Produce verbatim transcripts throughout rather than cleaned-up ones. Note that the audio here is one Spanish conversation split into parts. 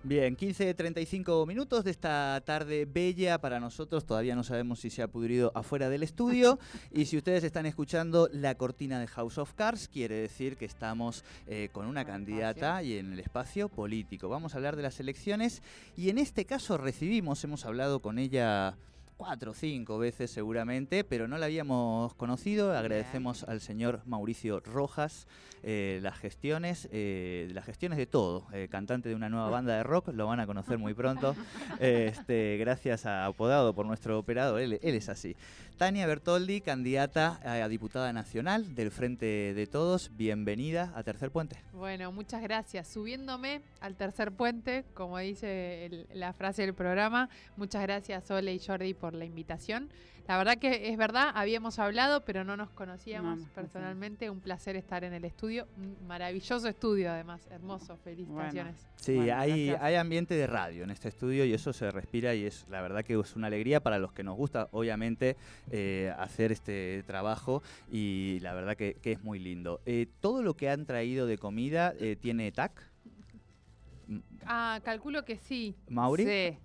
Bien, quince treinta y cinco minutos de esta tarde bella para nosotros. Todavía no sabemos si se ha pudrido afuera del estudio. Y si ustedes están escuchando la cortina de House of Cards, quiere decir que estamos eh, con una candidata y en el espacio político. Vamos a hablar de las elecciones y en este caso recibimos, hemos hablado con ella cuatro o cinco veces seguramente, pero no la habíamos conocido. Agradecemos al señor Mauricio Rojas eh, las gestiones, eh, las gestiones de todo. Eh, cantante de una nueva banda de rock, lo van a conocer muy pronto. Este, gracias a Apodado por nuestro operador, él, él es así. Tania Bertoldi, candidata a diputada nacional del Frente de Todos. Bienvenida a Tercer Puente. Bueno, muchas gracias. Subiéndome al tercer puente, como dice el, la frase del programa. Muchas gracias, Ole y Jordi, por la invitación. La verdad que es verdad, habíamos hablado, pero no nos conocíamos no, personalmente. Un placer estar en el estudio. Un maravilloso estudio, además. Hermoso. Felicitaciones. Bueno, sí, bueno, hay, hay ambiente de radio en este estudio y eso se respira y es la verdad que es una alegría para los que nos gusta, obviamente, eh, hacer este trabajo y la verdad que, que es muy lindo. Eh, todo lo que han traído de comida eh, tiene T A C. Ah, calculo que sí. ¿Mauri? Sí.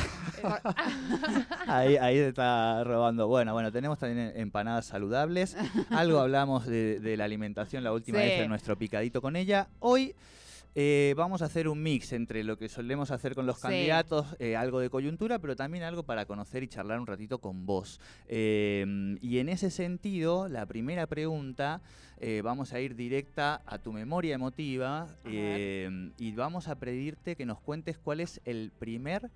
ahí, ahí se está robando. Bueno, bueno, tenemos también empanadas saludables. Algo hablamos de, de la alimentación la última sí. vez en nuestro picadito con ella. Hoy eh, vamos a hacer un mix entre lo que solemos hacer con los sí. candidatos, eh, algo de coyuntura, pero también algo para conocer y charlar un ratito con vos. Eh, y en ese sentido, la primera pregunta, eh, vamos a ir directa a tu memoria emotiva eh, y vamos a pedirte que nos cuentes cuál es el primer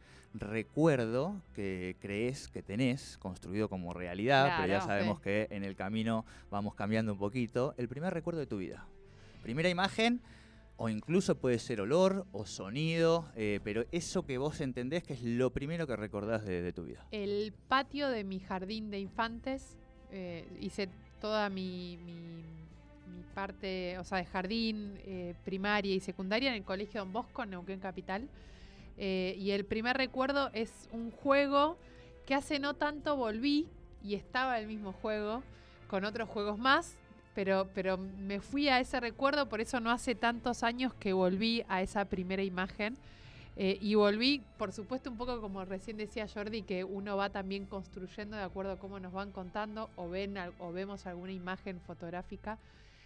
recuerdo que crees que tenés, construido como realidad, claro, pero ya sabemos sí. que en el camino vamos cambiando un poquito. El primer recuerdo de tu vida. Primera imagen, o incluso puede ser olor o sonido, eh, pero eso que vos entendés que es lo primero que recordás de, de tu vida. El patio de mi jardín de infantes, eh, hice toda mi, mi, mi parte, o sea, de jardín, eh, primaria y secundaria en el Colegio Don Bosco, en Neuquén Capital. Eh, y el primer recuerdo es un juego que hace no tanto volví y estaba el mismo juego con otros juegos más. Pero, pero me fui a ese recuerdo, por eso no hace tantos años que volví a esa primera imagen. Eh, y volví, por supuesto, un poco como recién decía Jordi, que uno va también construyendo de acuerdo a cómo nos van contando o, ven, o vemos alguna imagen fotográfica.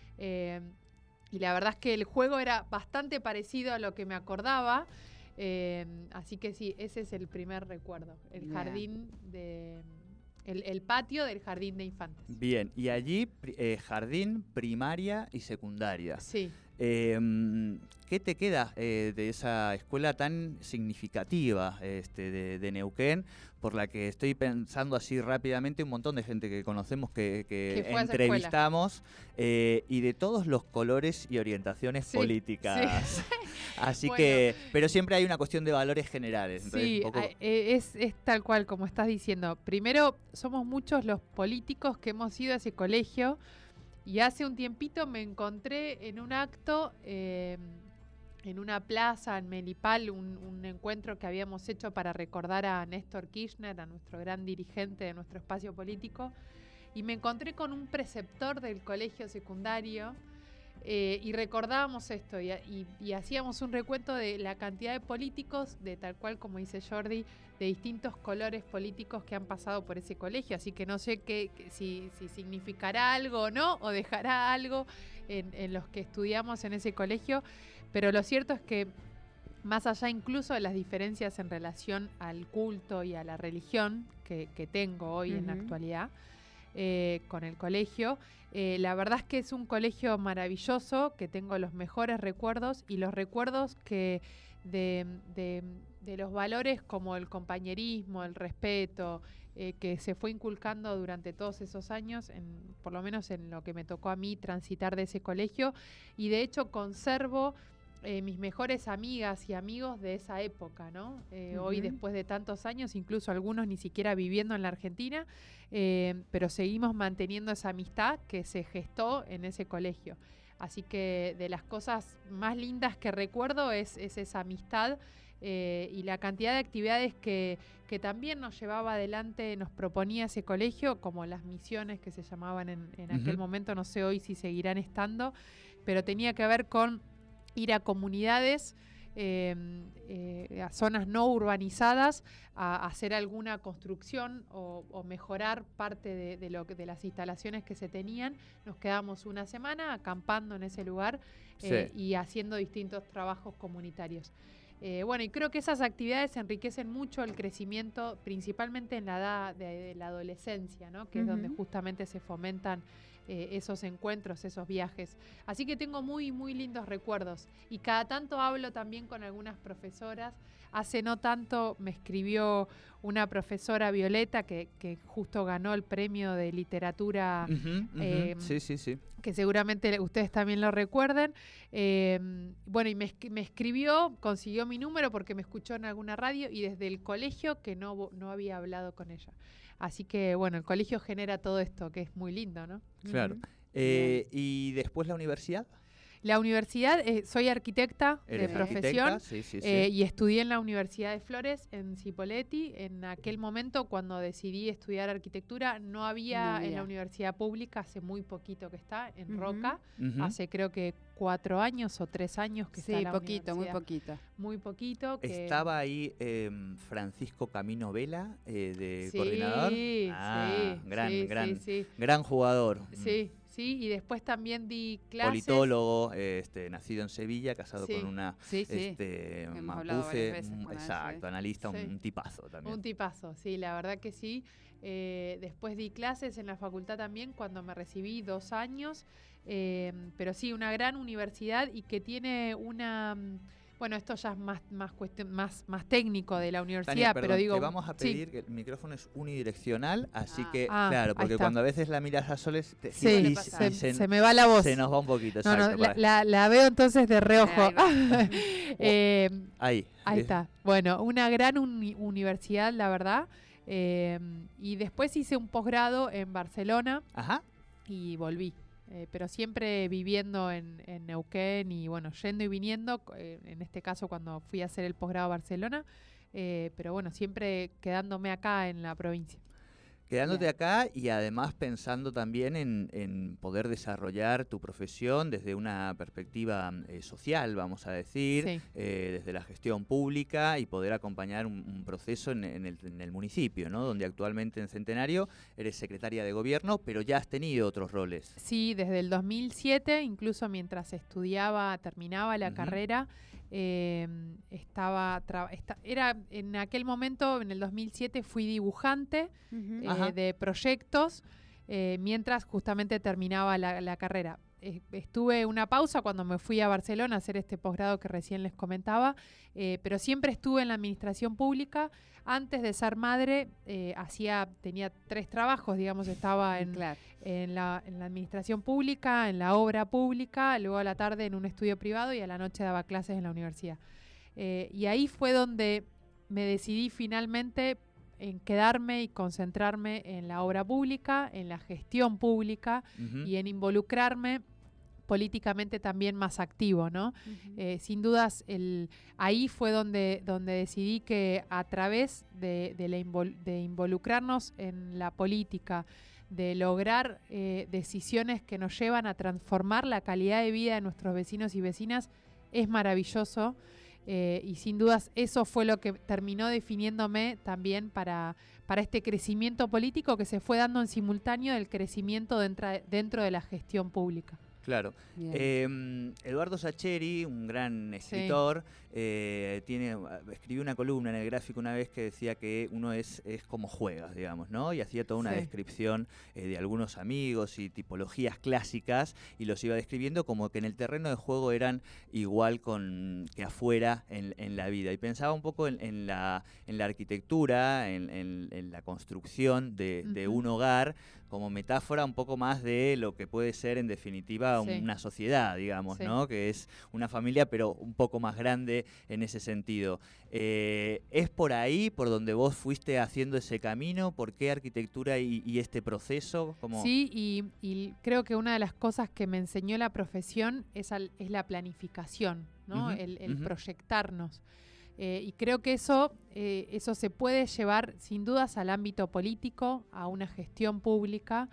Eh, y la verdad es que el juego era bastante parecido a lo que me acordaba. Eh, así que sí, ese es el primer recuerdo, el yeah. jardín de... El, el patio del jardín de infantes. Bien, y allí eh, jardín, primaria y secundaria. Sí. Eh, ¿Qué te queda eh, de esa escuela tan significativa este, de, de Neuquén, por la que estoy pensando así rápidamente un montón de gente que conocemos, que, que entrevistamos, eh, y de todos los colores y orientaciones sí, políticas? Sí. Así bueno. que, pero siempre hay una cuestión de valores generales. Entonces, sí, un poco... es, es tal cual como estás diciendo. Primero, somos muchos los políticos que hemos ido a ese colegio y hace un tiempito me encontré en un acto, eh, en una plaza en Melipal, un, un encuentro que habíamos hecho para recordar a Néstor Kirchner, a nuestro gran dirigente de nuestro espacio político, y me encontré con un preceptor del colegio secundario. Eh, y recordábamos esto y, y, y hacíamos un recuento de la cantidad de políticos, de tal cual como dice Jordi, de distintos colores políticos que han pasado por ese colegio, así que no sé qué, qué, si, si significará algo o no, o dejará algo en, en los que estudiamos en ese colegio, pero lo cierto es que más allá incluso de las diferencias en relación al culto y a la religión que, que tengo hoy uh-huh. en la actualidad, Eh, con el colegio. Eh, la verdad es que es un colegio maravilloso, que tengo los mejores recuerdos y los recuerdos que de, de, de los valores como el compañerismo, el respeto, eh, que se fue inculcando durante todos esos años, en, por lo menos en lo que me tocó a mí transitar de ese colegio, y de hecho conservo Eh, mis mejores amigas y amigos de esa época, ¿no? Eh, uh-huh. Hoy, después de tantos años, incluso algunos ni siquiera viviendo en la Argentina, eh, pero seguimos manteniendo esa amistad que se gestó en ese colegio. Así que de las cosas más lindas que recuerdo es, es esa amistad eh, y la cantidad de actividades que, que también nos llevaba adelante, nos proponía ese colegio, como las misiones que se llamaban en, en uh-huh. aquel momento, no sé hoy si seguirán estando, pero tenía que ver con ir a comunidades eh, eh, a zonas no urbanizadas a, a hacer alguna construcción o, o mejorar parte de, de, lo que, de las instalaciones que se tenían. Nos quedamos una semana acampando en ese lugar eh, sí. y haciendo distintos trabajos comunitarios. Eh, bueno, y creo que esas actividades enriquecen mucho el crecimiento, principalmente en la edad de, de la adolescencia, ¿no? Que uh-huh. es donde justamente se fomentan eh, esos encuentros, esos viajes. Así que tengo muy, muy lindos recuerdos. Y cada tanto hablo también con algunas profesoras. Hace no tanto me escribió una profesora, Violeta, que, que justo ganó el premio de literatura. Uh-huh, uh-huh. Eh, sí, sí, sí. Que seguramente ustedes también lo recuerden. Eh, bueno, y me, me escribió, consiguió mi número porque me escuchó en alguna radio y desde el colegio que no, no había hablado con ella. Así que, bueno, el colegio genera todo esto, que es muy lindo, ¿no? Claro. Uh-huh. eh, ¿Y después la universidad? La universidad, eh, soy arquitecta de profesión sí, sí, sí. Eh, y estudié en la Universidad de Flores, en Cipolletti. En aquel momento, cuando decidí estudiar arquitectura, no había, no había. en la universidad pública, hace muy poquito que está, en uh-huh. Roca. Uh-huh. Hace creo que cuatro años o tres años que sí, está la poquito, universidad. muy poquito. Muy poquito. Que Estaba ahí eh, Francisco Camino Vela, eh, de sí, coordinador. Ah, sí, gran, sí, gran, sí, sí. gran jugador. Sí. Sí, y después también di clases. Politólogo, este, nacido en Sevilla, casado sí, con una sí, sí. Este, Hemos hablado varias veces con exacto, él, analista, sí. un tipazo también. Un tipazo, sí, la verdad que sí. Eh, después di clases en la facultad también cuando me recibí, dos años. Eh, pero sí, una gran universidad y que tiene una... Bueno, esto ya es más más cuestión, más, más técnico de la universidad, Tania, perdón, pero digo... te vamos a pedir sí. que el micrófono es unidireccional, así ah. que, ah, claro, porque cuando a veces la miras a soles... Te, sí, y, se, y se, se me va la voz. Se nos va un poquito, no, exacto. No, la, la, la veo entonces de reojo. eh, ahí. Ahí está. Bueno, una gran uni- universidad, la verdad. Eh, y después hice un posgrado en Barcelona. Ajá. Y volví. Eh, pero siempre viviendo en, en Neuquén y bueno, yendo y viniendo, eh, en este caso cuando fui a hacer el posgrado a Barcelona, eh, pero bueno, siempre quedándome acá en la provincia. Quedándote Bien. acá y además pensando también en, en poder desarrollar tu profesión desde una perspectiva eh, social, vamos a decir, sí. eh, desde la gestión pública y poder acompañar un, un proceso en, en, el, en el municipio, ¿no? Donde actualmente en Centenario eres secretaria de gobierno, pero ya has tenido otros roles. Sí, desde el dos mil siete, incluso mientras estudiaba, terminaba la uh-huh. carrera, eh, estaba tra- esta- era en aquel momento, en el dos mil siete, fui dibujante uh-huh. eh, de proyectos, eh, mientras justamente terminaba la, la carrera. Eh, estuve una pausa cuando me fui a Barcelona a hacer este posgrado que recién les comentaba, eh, pero siempre estuve en la administración pública. Antes de ser madre, eh, hacía, tenía tres trabajos, digamos, estaba en, claro. en, la, en la administración pública, en la obra pública, luego a la tarde en un estudio privado y a la noche daba clases en la universidad. Eh, y ahí fue donde me decidí finalmente en quedarme y concentrarme en la obra pública, en la gestión pública uh-huh. y en involucrarme políticamente también más activo, ¿no? Uh-huh. Eh, sin dudas, el, ahí fue donde, donde decidí que a través de, de, la invol, de involucrarnos en la política, de lograr eh, decisiones que nos llevan a transformar la calidad de vida de nuestros vecinos y vecinas, es maravilloso. Eh, y sin dudas eso fue lo que terminó definiéndome también para, para este crecimiento político que se fue dando en simultáneo del crecimiento dentro, dentro de la gestión pública. Claro. Eh, Eduardo Sacheri, un gran escritor, sí. eh, tiene, escribió una columna en el Gráfico una vez que decía que uno es, es como juegas, digamos, ¿no? Y hacía toda una sí. descripción eh, de algunos amigos y tipologías clásicas y los iba describiendo como que en el terreno de juego eran igual con que afuera en, en la vida. Y pensaba un poco en, en, la, en la arquitectura, en, en, en la construcción de, uh-huh. de un hogar, como metáfora un poco más de lo que puede ser en definitiva sí. una sociedad, digamos, sí. ¿no? Que es una familia pero un poco más grande en ese sentido. Eh, ¿Es por ahí por donde vos fuiste haciendo ese camino? ¿Por qué arquitectura y, y este proceso? ¿Cómo? Sí, y, y creo que una de las cosas que me enseñó la profesión es, al, es la planificación, ¿no? Uh-huh. El, el uh-huh. proyectarnos. Eh, y creo que eso, eh, eso se puede llevar sin dudas al ámbito político, a una gestión pública,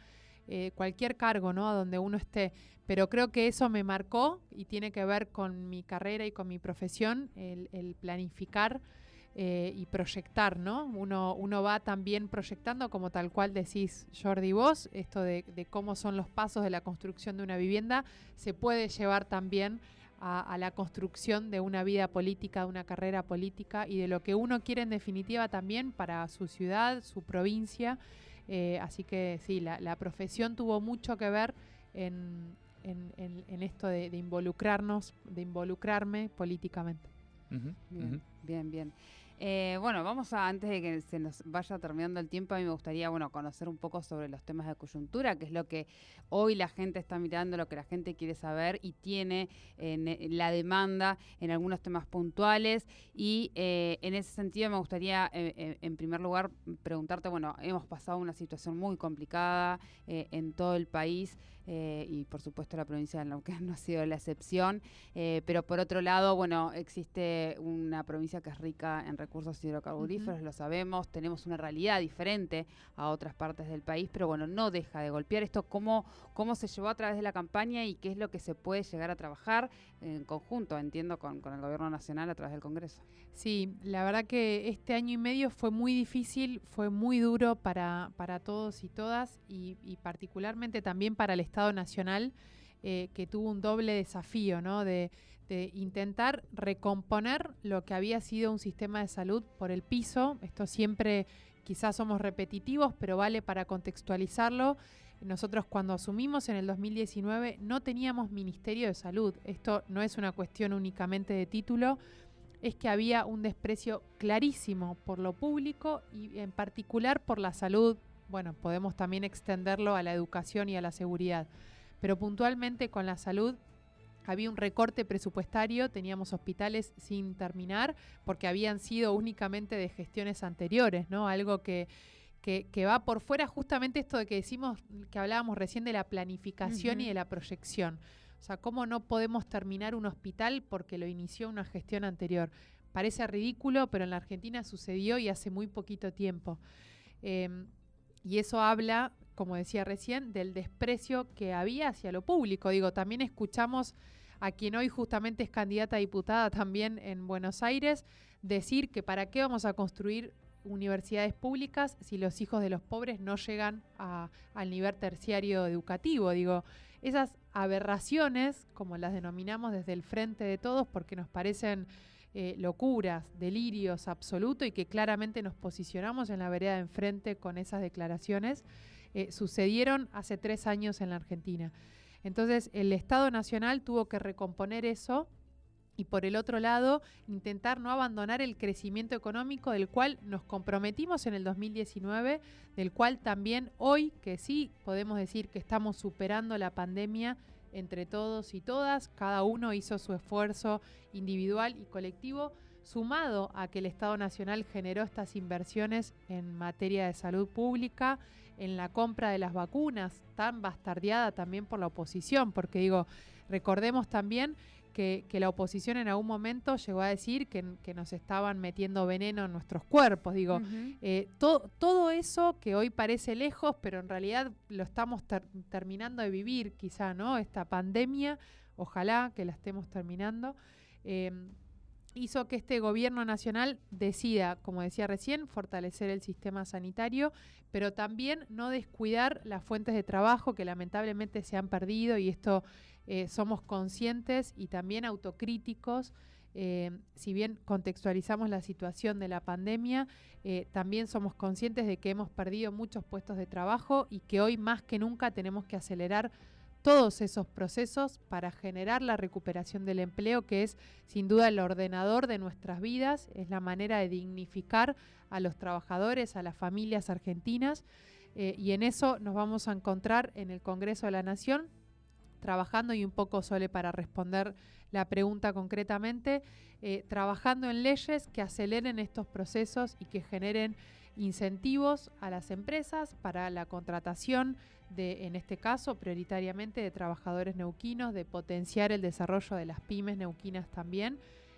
eh, cualquier cargo, ¿no? A donde uno esté. Pero creo que eso me marcó y tiene que ver con mi carrera y con mi profesión, el, el planificar eh, y proyectar, ¿no? Uno, uno va también proyectando, como tal cual decís, Jordi, vos, esto de, de cómo son los pasos de la construcción de una vivienda, se puede llevar también a, a la construcción de una vida política, de una carrera política y de lo que uno quiere en definitiva también para su ciudad, su provincia. Eh, así que sí, la, la profesión tuvo mucho que ver en, en, en, en esto de, de involucrarnos, de involucrarme políticamente. Uh-huh, bien, uh-huh. bien, bien. Eh, bueno, vamos a, antes de que se nos vaya terminando el tiempo, a mí me gustaría, bueno, conocer un poco sobre los temas de coyuntura, que es lo que hoy la gente está mirando, lo que la gente quiere saber y tiene eh, la demanda en algunos temas puntuales. Y eh, en ese sentido me gustaría, eh, eh, en primer lugar, preguntarte, bueno, hemos pasado una situación muy complicada eh, en todo el país. Eh, y por supuesto la provincia de Neuquén no ha sido la excepción, eh, pero por otro lado, bueno, existe una provincia que es rica en recursos hidrocarburíferos, uh-huh. lo sabemos, tenemos una realidad diferente a otras partes del país, pero bueno, no deja de golpear esto. ¿Cómo, cómo se llevó a través de la campaña y qué es lo que se puede llegar a trabajar en conjunto, entiendo, con, con el gobierno nacional a través del Congreso? Sí, la verdad que este año y medio fue muy difícil, fue muy duro para, para todos y todas y, y particularmente también para el Estado Nacional, eh, que tuvo un doble desafío, ¿no? De, de intentar recomponer lo que había sido un sistema de salud por el piso. Esto siempre quizás somos repetitivos, pero vale para contextualizarlo. Nosotros cuando asumimos en el dos mil diecinueve no teníamos Ministerio de Salud. Esto no es una cuestión únicamente de título, es que había un desprecio clarísimo por lo público y en particular por la salud. Bueno, podemos también extenderlo a la educación y a la seguridad. Pero puntualmente con la salud había un recorte presupuestario, teníamos hospitales sin terminar porque habían sido únicamente de gestiones anteriores, ¿no? Algo que, que, que va por fuera justamente esto de que decimos, que hablábamos recién de la planificación uh-huh. y de la proyección. O sea, ¿cómo no podemos terminar un hospital porque lo inició una gestión anterior? Parece ridículo, pero en la Argentina sucedió y hace muy poquito tiempo. Eh, y eso habla, como decía recién, del desprecio que había hacia lo público. Digo, también escuchamos a quien hoy justamente es candidata a diputada también en Buenos Aires decir que para qué vamos a construir universidades públicas si los hijos de los pobres no llegan a, al nivel terciario educativo. Digo, esas aberraciones, como las denominamos desde el Frente de Todos, porque nos parecen eh, locuras, delirios absolutos y que claramente nos posicionamos en la vereda de enfrente con esas declaraciones, eh, sucedieron hace tres años en la Argentina. Entonces, el Estado Nacional tuvo que recomponer eso y, por el otro lado, intentar no abandonar el crecimiento económico del cual nos comprometimos en el dos mil diecinueve, del cual también hoy, que sí podemos decir que estamos superando la pandemia entre todos y todas, cada uno hizo su esfuerzo individual y colectivo, sumado a que el Estado Nacional generó estas inversiones en materia de salud pública, en la compra de las vacunas, tan bastardeada también por la oposición, porque digo, recordemos también que, que la oposición en algún momento llegó a decir que, que nos estaban metiendo veneno en nuestros cuerpos. Digo, uh-huh. eh, to, todo eso que hoy parece lejos, pero en realidad lo estamos ter- terminando de vivir quizá, ¿no? Esta pandemia, ojalá que la estemos terminando, eh, hizo que este gobierno nacional decida, como decía recién, fortalecer el sistema sanitario, pero también no descuidar las fuentes de trabajo que lamentablemente se han perdido, y esto eh, somos conscientes y también autocríticos. Eh, si bien contextualizamos la situación de la pandemia, eh, también somos conscientes de que hemos perdido muchos puestos de trabajo y que hoy más que nunca tenemos que acelerar todos esos procesos para generar la recuperación del empleo, que es sin duda el ordenador de nuestras vidas, es la manera de dignificar a los trabajadores, a las familias argentinas, eh, y en eso nos vamos a encontrar en el Congreso de la Nación, trabajando, y un poco Sole para responder la pregunta concretamente, eh, trabajando en leyes que aceleren estos procesos y que generen incentivos a las empresas para la contratación de, en este caso, prioritariamente de trabajadores neuquinos, de potenciar el desarrollo de las pymes neuquinas también,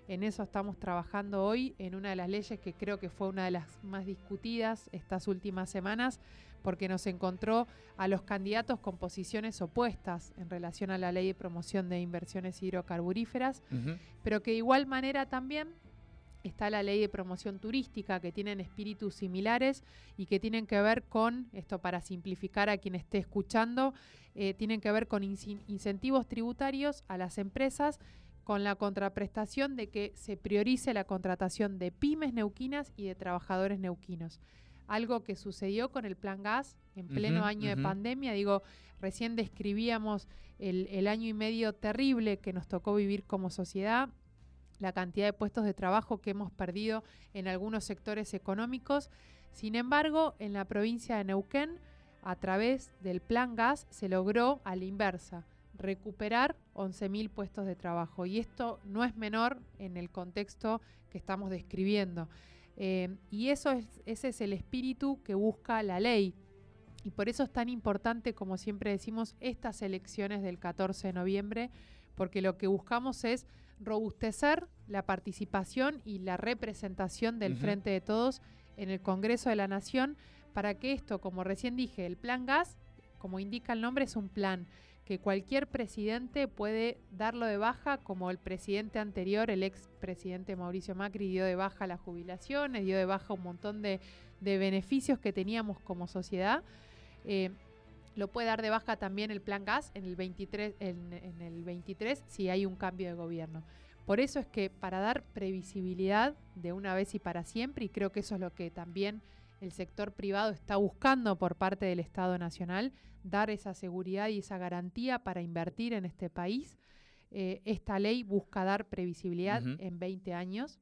En eso estamos trabajando hoy, en una de las leyes que creo que fue una de las más discutidas estas últimas semanas, porque nos encontró a los candidatos con posiciones opuestas en relación a la ley de promoción de inversiones hidrocarburíferas, uh-huh. pero que de igual manera también está la ley de promoción turística, que tienen espíritus similares y que tienen que ver con, esto para simplificar a quien esté escuchando, eh, tienen que ver con in- incentivos tributarios a las empresas, con la contraprestación de que se priorice la contratación de pymes neuquinas y de trabajadores neuquinos. Algo que sucedió con el Plan Gas en pleno uh-huh, año uh-huh. de pandemia. Digo, recién describíamos el, el año y medio terrible que nos tocó vivir como sociedad, la cantidad de puestos de trabajo que hemos perdido en algunos sectores económicos. Sin embargo, en la provincia de Neuquén, a través del Plan Gas, se logró a la inversa recuperar once mil puestos de trabajo. Y esto no es menor en el contexto que estamos describiendo. Eh, y eso es, ese es el espíritu que busca la ley. Y por eso es tan importante, como siempre decimos, estas elecciones del catorce de noviembre, porque lo que buscamos es robustecer la participación y la representación del uh-huh. Frente de Todos en el Congreso de la Nación, para que esto, como recién dije, el Plan Gas, como indica el nombre, es un plan que cualquier presidente puede darlo de baja, como el presidente anterior, el ex presidente Mauricio Macri, dio de baja las jubilaciones, dio de baja un montón de, de beneficios que teníamos como sociedad. Eh, lo puede dar de baja también el Plan Gas en el veintitrés, en, en el veintitrés si hay un cambio de gobierno. Por eso es que para dar previsibilidad de una vez y para siempre, y creo que eso es lo que también el sector privado está buscando por parte del Estado Nacional, dar esa seguridad y esa garantía para invertir en este país. Eh, esta ley busca dar previsibilidad uh-huh. en veinte años.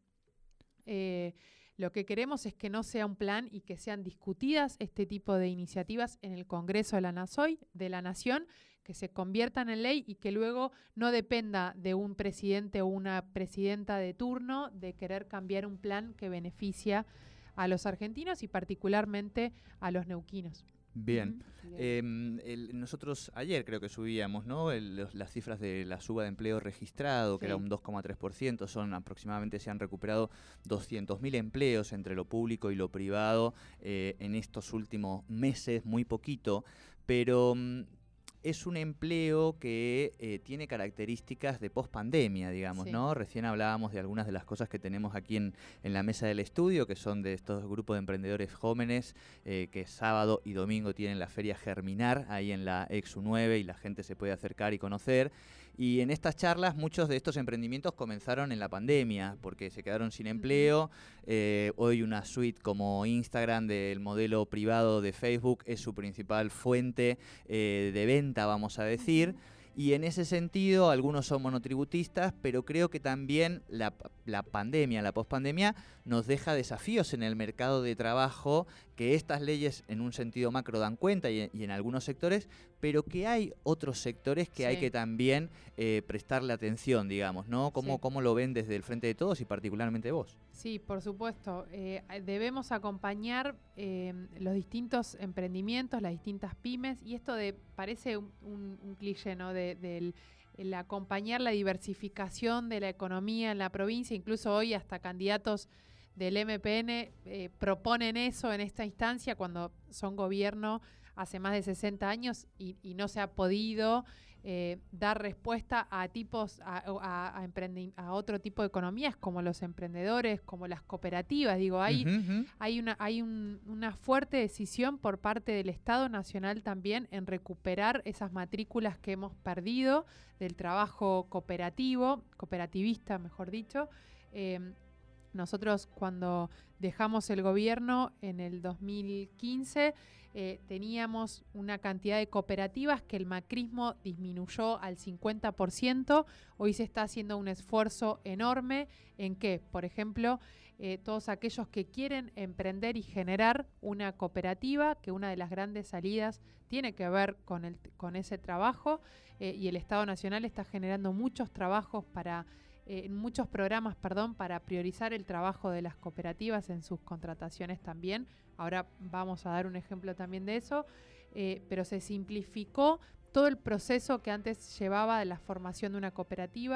Eh, lo que queremos es que no sea un plan y que sean discutidas este tipo de iniciativas en el Congreso de la, Nasoy, de la Nación, que se conviertan en ley y que luego no dependa de un presidente o una presidenta de turno de querer cambiar un plan que beneficia a los argentinos y particularmente a los neuquinos. Bien. Uh-huh. eh, el, nosotros ayer creo que subíamos, ¿no? El, los, las cifras de la suba de empleo registrado, sí. que era un dos coma tres por ciento, son aproximadamente, se han recuperado doscientos mil empleos entre lo público y lo privado eh, en estos últimos meses, muy poquito, pero mm, es un empleo que eh, tiene características de pospandemia, digamos, sí. ¿no? Recién hablábamos de algunas de las cosas que tenemos aquí en, en la mesa del estudio, que son de estos grupos de emprendedores jóvenes eh, que sábado y domingo tienen la feria Germinar ahí en la Exu nueve y la gente se puede acercar y conocer. Y en estas charlas muchos de estos emprendimientos comenzaron en la pandemia porque se quedaron sin empleo. Eh, hoy una suite como Instagram del modelo privado de Facebook es su principal fuente eh, de venta, vamos a decir. Y en ese sentido, algunos son monotributistas, pero creo que también la, la pandemia, la pospandemia, nos deja desafíos en el mercado de trabajo que estas leyes en un sentido macro dan cuenta y, y en algunos sectores, pero que hay otros sectores que sí. hay que también eh, prestarle atención, digamos, ¿no? ¿Cómo, sí. ¿Cómo lo ven desde el Frente de Todos y particularmente vos? Sí, por supuesto. Eh, debemos acompañar eh, los distintos emprendimientos, las distintas pymes, y esto de parece un, un, un cliché, ¿no? De, del el acompañar la diversificación de la economía en la provincia, incluso hoy hasta candidatos del M P N eh, proponen eso en esta instancia cuando son gobierno hace más de sesenta años y, y no se ha podido eh, dar respuesta a tipos, a, a, a, emprendi- a otro tipo de economías como los emprendedores, como las cooperativas. Digo, hay, uh-huh. hay, una, hay un, una fuerte decisión por parte del Estado Nacional también en recuperar esas matrículas que hemos perdido del trabajo cooperativo, cooperativista, mejor dicho. Eh, Nosotros cuando dejamos el gobierno en el dos mil quince eh, teníamos una cantidad de cooperativas que el macrismo disminuyó al cincuenta por ciento. Hoy se está haciendo un esfuerzo enorme en que, por ejemplo, eh, todos aquellos que quieren emprender y generar una cooperativa, que una de las grandes salidas tiene que ver con, el, con ese trabajo eh, y el Estado Nacional está generando muchos trabajos para... Eh, muchos programas, perdón, para priorizar el trabajo de las cooperativas en sus contrataciones también. Ahora vamos a dar un ejemplo también de eso, eh, pero se simplificó todo el proceso que antes llevaba de la formación de una cooperativa,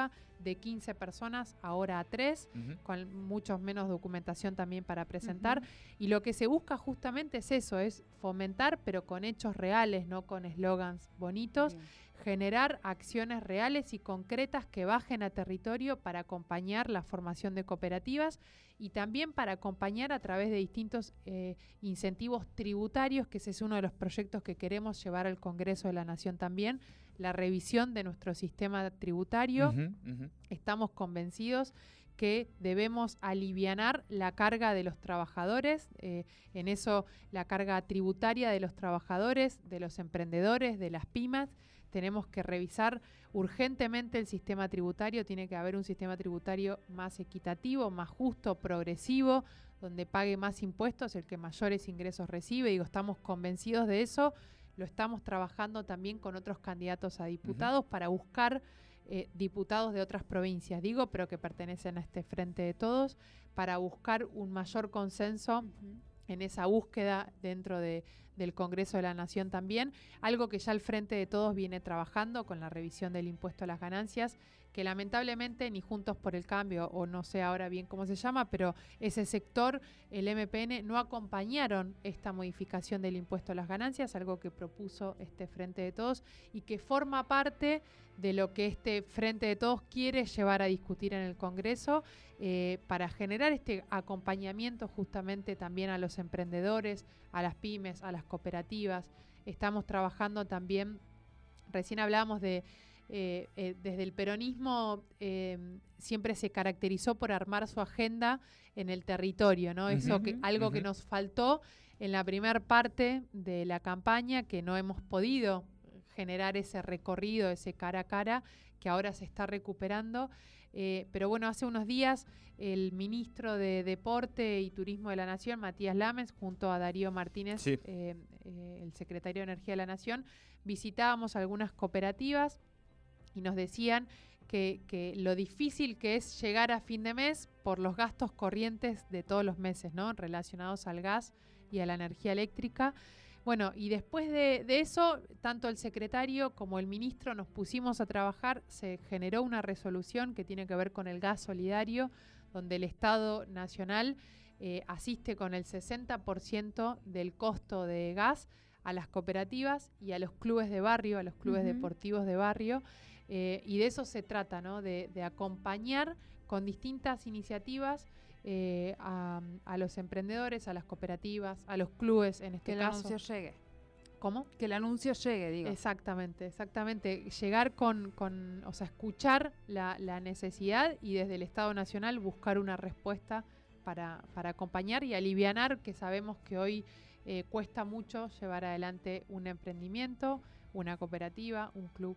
de quince personas, ahora a tres, uh-huh. con muchos menos documentación también para presentar. Uh-huh. Y lo que se busca justamente es eso, es fomentar, pero con hechos reales, no con eslogans bonitos, bien. Generar acciones reales y concretas que bajen a territorio para acompañar la formación de cooperativas y también para acompañar a través de distintos eh, incentivos tributarios, que ese es uno de los proyectos que queremos llevar al Congreso de la Nación también, la revisión de nuestro sistema tributario. Uh-huh, uh-huh. Estamos convencidos que debemos alivianar la carga de los trabajadores, eh, en eso la carga tributaria de los trabajadores, de los emprendedores, de las pymes. Tenemos que revisar urgentemente el sistema tributario, tiene que haber un sistema tributario más equitativo, más justo, progresivo, donde pague más impuestos el que mayores ingresos recibe. Digo, estamos convencidos de eso, lo estamos trabajando también con otros candidatos a diputados uh-huh. para buscar eh, diputados de otras provincias, digo, pero que pertenecen a este Frente de Todos, para buscar un mayor consenso uh-huh. en esa búsqueda dentro de, del Congreso de la Nación también, algo que ya el Frente de Todos viene trabajando con la revisión del impuesto a las ganancias, que lamentablemente ni Juntos por el Cambio, o no sé ahora bien cómo se llama, pero ese sector, el M P N, no acompañaron esta modificación del impuesto a las ganancias, algo que propuso este Frente de Todos y que forma parte de lo que este Frente de Todos quiere llevar a discutir en el Congreso eh, para generar este acompañamiento justamente también a los emprendedores, a las pymes, a las cooperativas. Estamos trabajando también, recién hablábamos de Eh, eh, desde el peronismo eh, siempre se caracterizó por armar su agenda en el territorio, ¿no? Uh-huh, Eso que algo uh-huh. que nos faltó en la primera parte de la campaña, que no hemos podido generar ese recorrido, ese cara a cara, que ahora se está recuperando. Eh, pero bueno, hace unos días el ministro de Deporte y Turismo de la Nación, Matías Lames, junto a Darío Martínez, sí. eh, eh, el secretario de Energía de la Nación, visitábamos algunas cooperativas y nos decían que, que lo difícil que es llegar a fin de mes por los gastos corrientes de todos los meses, ¿no? Relacionados al gas y a la energía eléctrica. Bueno, y después de, de eso, tanto el secretario como el ministro nos pusimos a trabajar, se generó una resolución que tiene que ver con el gas solidario, donde el Estado Nacional eh, asiste con el sesenta por ciento del costo de gas a las cooperativas y a los clubes de barrio, a los clubes uh-huh. deportivos de barrio. Eh, y de eso se trata, ¿no? De, de acompañar con distintas iniciativas eh, a, a los emprendedores, a las cooperativas, a los clubes en este que caso. Que el anuncio llegue. ¿Cómo? Que el anuncio llegue, digo. Exactamente, exactamente. Llegar con, con o sea, escuchar la, la necesidad y desde el Estado Nacional buscar una respuesta para, para acompañar y alivianar, que sabemos que hoy eh, cuesta mucho llevar adelante un emprendimiento, una cooperativa, un club.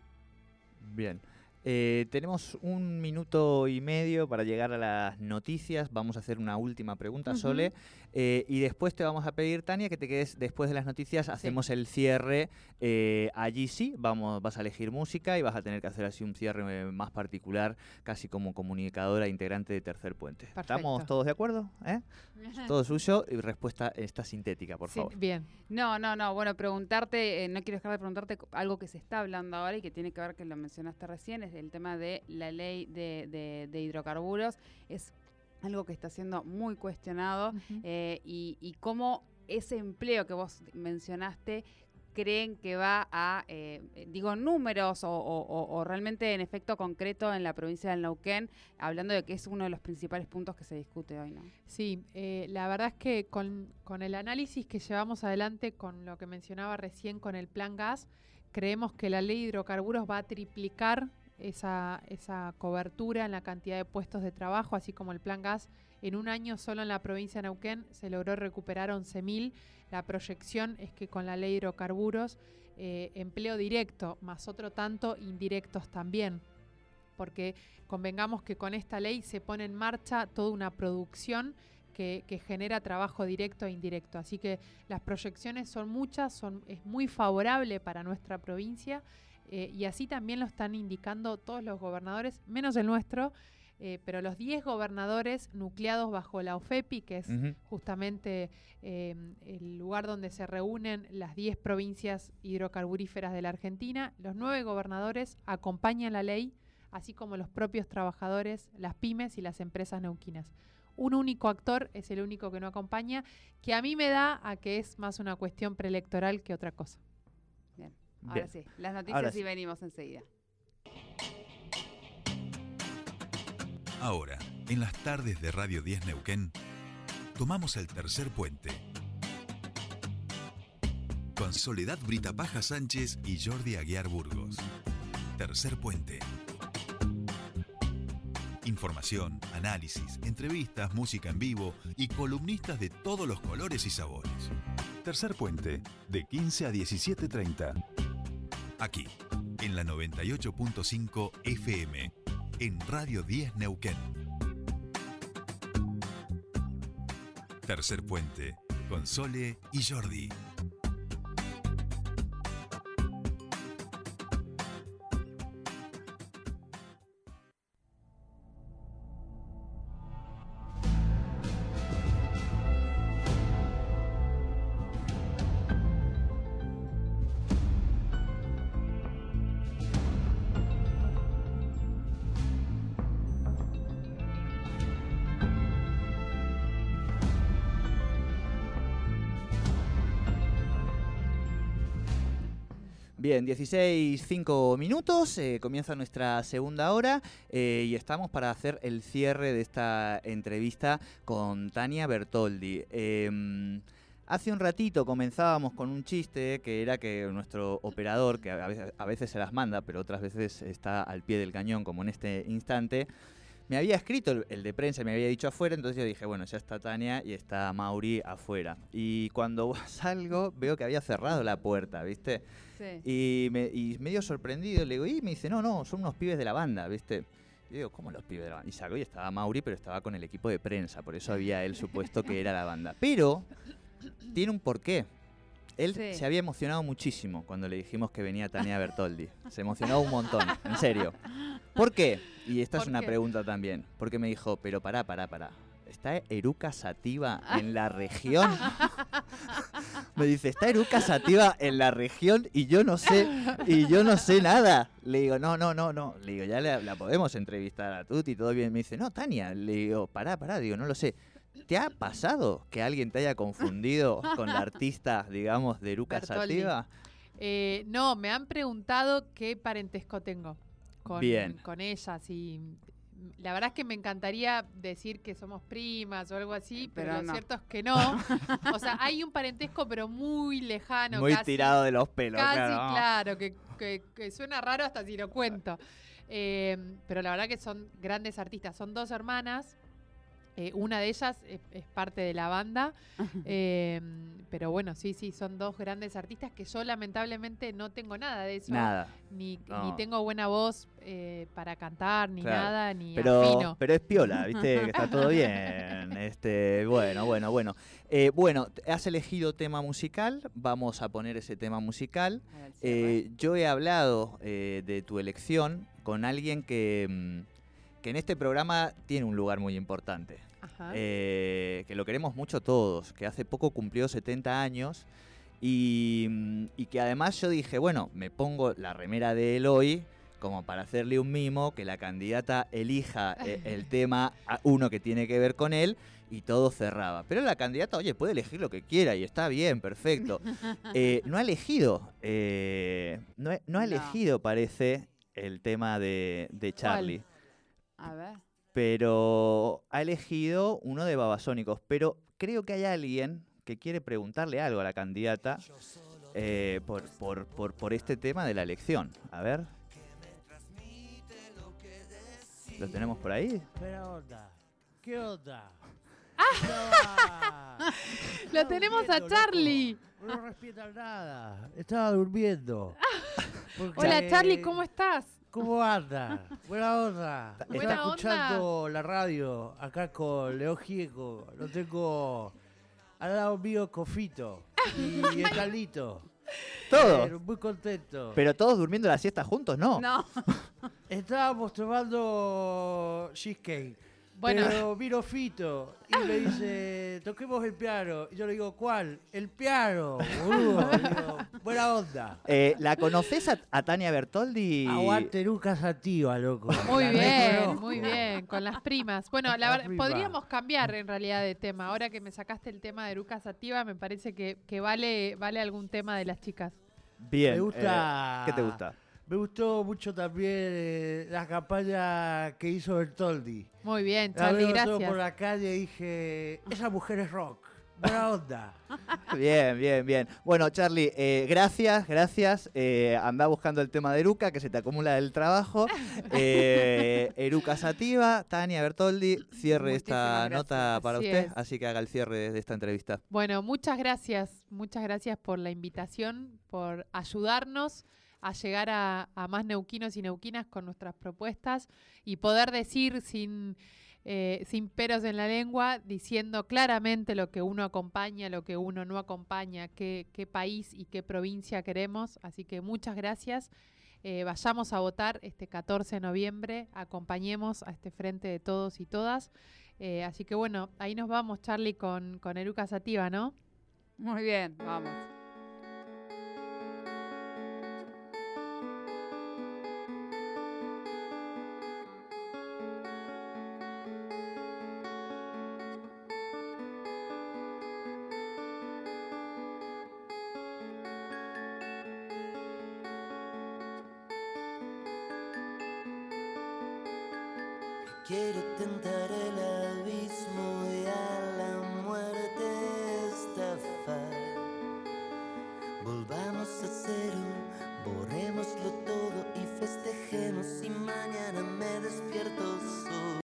Bien, eh, tenemos un minuto y medio para llegar a las noticias. Vamos a hacer una última pregunta, uh-huh. Sole, eh, y después te vamos a pedir, Tania, que te quedes después de las noticias. Sí. Hacemos el cierre. Eh, allí sí, vamos, vas a elegir música y vas a tener que hacer así un cierre más particular, casi como comunicadora integrante de Tercer Puente. Perfecto. ¿Estamos todos de acuerdo? ¿Eh? Todo suyo y respuesta esta sintética, por sí, favor. Bien. No, no, no. Bueno, preguntarte, eh, no quiero dejar de preguntarte algo que se está hablando ahora y que tiene que ver, que lo mencionaste recién, es el tema de la ley de, de, de hidrocarburos. Es algo que está siendo muy cuestionado uh-huh. eh, y, y cómo ese empleo que vos mencionaste creen que va a, eh, digo, números o, o, o realmente en efecto concreto en la provincia del Neuquén, hablando de que es uno de los principales puntos que se discute hoy, ¿no? Sí, eh, la verdad es que con, con el análisis que llevamos adelante, con lo que mencionaba recién con el Plan Gas, creemos que la ley de hidrocarburos va a triplicar esa, esa cobertura en la cantidad de puestos de trabajo, así como el Plan Gas. En un año solo en la provincia de Neuquén se logró recuperar once mil. La proyección es que con la ley de hidrocarburos, eh, empleo directo, más otro tanto indirectos también, porque convengamos que con esta ley se pone en marcha toda una producción que, que genera trabajo directo e indirecto. Así que las proyecciones son muchas, son, es muy favorable para nuestra provincia, eh, y así también lo están indicando todos los gobernadores, menos el nuestro, Eh, pero los diez gobernadores nucleados bajo la OFEPI, que es uh-huh. justamente eh, el lugar donde se reúnen las diez provincias hidrocarburíferas de la Argentina, los nueve gobernadores acompañan la ley, así como los propios trabajadores, las pymes y las empresas neuquinas. Un único actor es el único que no acompaña, que a mí me da a que es más una cuestión preelectoral que otra cosa. Bien, ahora Bien. sí, las noticias Ahora y sí. venimos enseguida. Ahora, en las tardes de Radio diez Neuquén, tomamos el tercer puente. Con Soledad Brita Paja Sánchez y Jordi Aguiar Burgos. Tercer puente. Información, análisis, entrevistas, música en vivo y columnistas de todos los colores y sabores. Tercer puente, de quince a diecisiete treinta. Aquí, en la noventa y ocho punto cinco F M, en Radio diez Neuquén. Tercer puente, con Sole y Jordi. Bien, dieciséis cinco minutos, eh, comienza nuestra segunda hora eh, y estamos para hacer el cierre de esta entrevista con Tania Bertoldi. Eh, hace un ratito comenzábamos con un chiste que era que nuestro operador, que a veces, a veces se las manda, pero otras veces está al pie del cañón, como en este instante, me había escrito el, el de prensa, me había dicho afuera, entonces yo dije, bueno, ya está Tania y está Mauri afuera. Y cuando salgo, veo que había cerrado la puerta, ¿viste? Sí. Y, me, y medio sorprendido, le digo, y me dice, no, no, son unos pibes de la banda, ¿viste? Y yo digo, ¿cómo los pibes de la banda? Y salgo y estaba Mauri, pero estaba con el equipo de prensa, por eso había él supuesto que era la banda. Pero tiene un porqué. Él Sí. se había emocionado muchísimo cuando le dijimos que venía Tania Bertoldi. Se emocionó un montón, en serio. ¿Por qué? Y esta es ¿Por una qué? pregunta también. Porque me dijo, pero pará, pará, pará. ¿Está Eruca Sativa en la región? Me dice, ¿está Eruca Sativa en la región? Y yo no sé, y yo no sé nada. Le digo, no, no, no, no. Le digo, ya la, la podemos entrevistar a Tuti, todo bien. Me dice, no, Tania. Le digo, pará, pará. Digo, no lo sé. ¿Te ha pasado que alguien te haya confundido con la artista, digamos, de Eruca Bertoldi. Sativa? Eh, no, me han preguntado qué parentesco tengo con, Bien. con ellas y la verdad es que me encantaría decir que somos primas o algo así, pero, Pero lo no. cierto es que no. O sea, hay un parentesco pero muy lejano. Muy casi, tirado de los pelos, Casi, claro. claro, que, que- que suena raro hasta si lo cuento. Eh, pero la verdad que son grandes artistas. Son dos hermanas. Eh, una de ellas es, es parte de la banda, eh, pero bueno, sí, sí, son dos grandes artistas que yo lamentablemente no tengo nada de eso, Nada. ni, No. ni tengo buena voz eh, para cantar, ni Claro. nada, ni Pero, afino. pero es piola, ¿viste? Que está todo bien. Este, bueno, bueno, bueno. Eh, bueno, has elegido tema musical. Vamos a poner ese tema musical. Para el cierre. Eh, yo he hablado eh, de tu elección con alguien que, mm, que en este programa tiene un lugar muy importante. Ajá. Eh, que lo queremos mucho todos, que hace poco cumplió setenta años y, mm, y que además yo dije, bueno, me pongo la remera de él hoy como para hacerle un mimo, que la candidata elija eh, el tema, a uno que tiene que ver con él, y todo cerraba. Pero la candidata, oye, puede elegir lo que quiera y está bien, perfecto. Eh, no ha elegido, eh, no, he- no ha No. elegido, parece, el tema de, de Charlie. A ver. Pero ha elegido uno de Babasónicos. Pero creo que hay alguien que quiere preguntarle algo a la candidata eh, por, por, por, por este tema de la elección. A ver. ¿Lo tenemos por ahí? ¿Qué onda? ¿Qué onda? Ah. Lo tenemos a Charlie. No respetan nada. Estaba durmiendo. Porque- Hola Charlie, ¿cómo estás? ¿Cómo anda? Buena onda. Buena Estaba onda. escuchando la radio acá con Leo Gieco. Lo tengo al lado mío Cofito y el Carlito. Todos. Pero muy contento. Pero todos durmiendo la siesta juntos, ¿no? No. Estábamos tomando cheesecake. Bueno. Pero vino Fito y me dice, toquemos el piano. Y yo le digo, ¿cuál? El piano, boludo. Le digo, bueno, buena onda. Eh, ¿La conoces a, a Tania Bertoldi? Aguante Eruca Sativa, loco. Muy La bien, reconozco. muy bien, con las primas. Bueno, la Las verdad, primas. podríamos cambiar en realidad de tema. Ahora que me sacaste el tema de Eruca Sativa, me parece que, que vale, vale algún tema de las chicas. Bien. Me gusta. eh, ¿Qué te gusta? Me gustó mucho también eh, la campaña que hizo Bertoldi. Muy bien, La Charlie, veo todo gracias. por la calle y dije, esa mujer es rock. Buena onda. Bien, bien, bien. Bueno, Charlie, eh, gracias, gracias. Eh, anda buscando el tema de Eruca, que se te acumula el trabajo. Eh, Eruca Sativa, Tania Bertoldi, cierre Muchísimas esta gracias. nota para Así usted, es. así que haga el cierre de esta entrevista. Bueno, muchas gracias, muchas gracias por la invitación, por ayudarnos a llegar a, a más neuquinos y neuquinas con nuestras propuestas y poder decir sin, eh, sin peros en la lengua, diciendo claramente lo que uno acompaña, lo que uno no acompaña, qué, qué país y qué provincia queremos. Así que muchas gracias. Eh, vayamos a votar este catorce de noviembre, acompañemos a este frente de todos y todas. Eh, así que bueno, ahí nos vamos, Charlie, con, con Eruca Sativa, ¿no? Muy bien, vamos. Quiero tentar el abismo y al